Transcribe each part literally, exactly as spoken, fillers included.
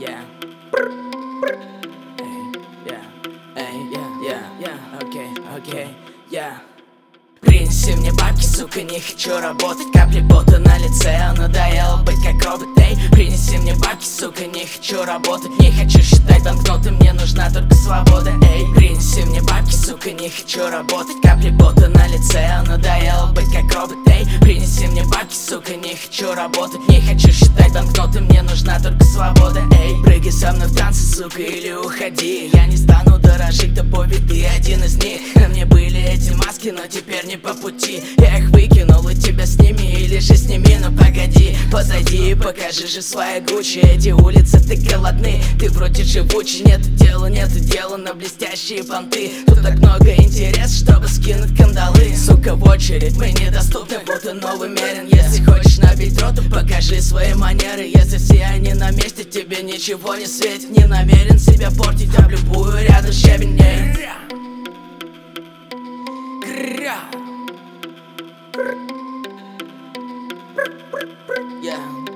yeah. Эй, yeah, эй, yeah, yeah, yeah, окей, окей, yeah. Принеси мне бабки, сука, не хочу работать. Капли пота на лице, а надоело быть как робот. Эй, принеси мне бабки, сука, не хочу работать. Не хочу считать банкноты, мне нужна только свобода. Эй, принеси мне бабки, сука, не хочу работать. Капли пота на лице, а надоело быть как робот. Эй, принеси мне бабки, сука, не хочу работать. Не хочу считать банкноты, мне нужна только свобода. Эй, прыгай со мной в танцы, сука, или уходи. Я не стану дорожить тобой, ведь ты один из них. На мне были эти маски, но теперь не по пути. Я их выкинул, и тебя сними, или же сними, но погоди. Подойди и покажи же свои Гуччи. Эти улицы, ты голодны, ты вроде живучий. Нету дела, нету дела на блестящие понты. Тут так много интереса, чтобы скинуть кандалы. Сука, в очередь мы недоступны, будто новый мерен. Если хочешь набить рот, то покажи свои манеры. Если все они на месте, тебе ничего не светит. Не намерен себя портить, об любую рядом щебень. Yeah.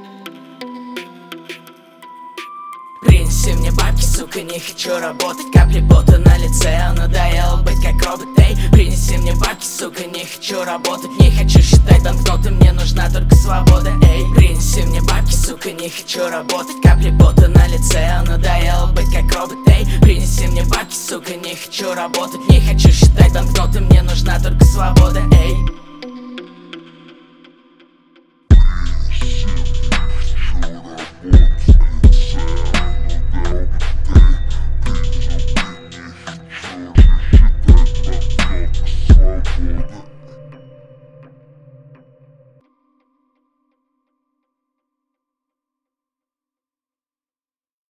Принеси мне бабки, сука, не хочу работать. Капли пота на лице, а надоело быть как робот. Эй, принеси мне бабки, сука, не хочу работать. Не хочу считать банкноты, мне нужна только свобода. Эй, принеси мне бабки, сука, не хочу работать. Капли пота на лице, а надоело быть как робот. Эй, принеси мне бабки, сука, не хочу работать. Не хочу считать банкноты, мне нужна только свобода. Эй.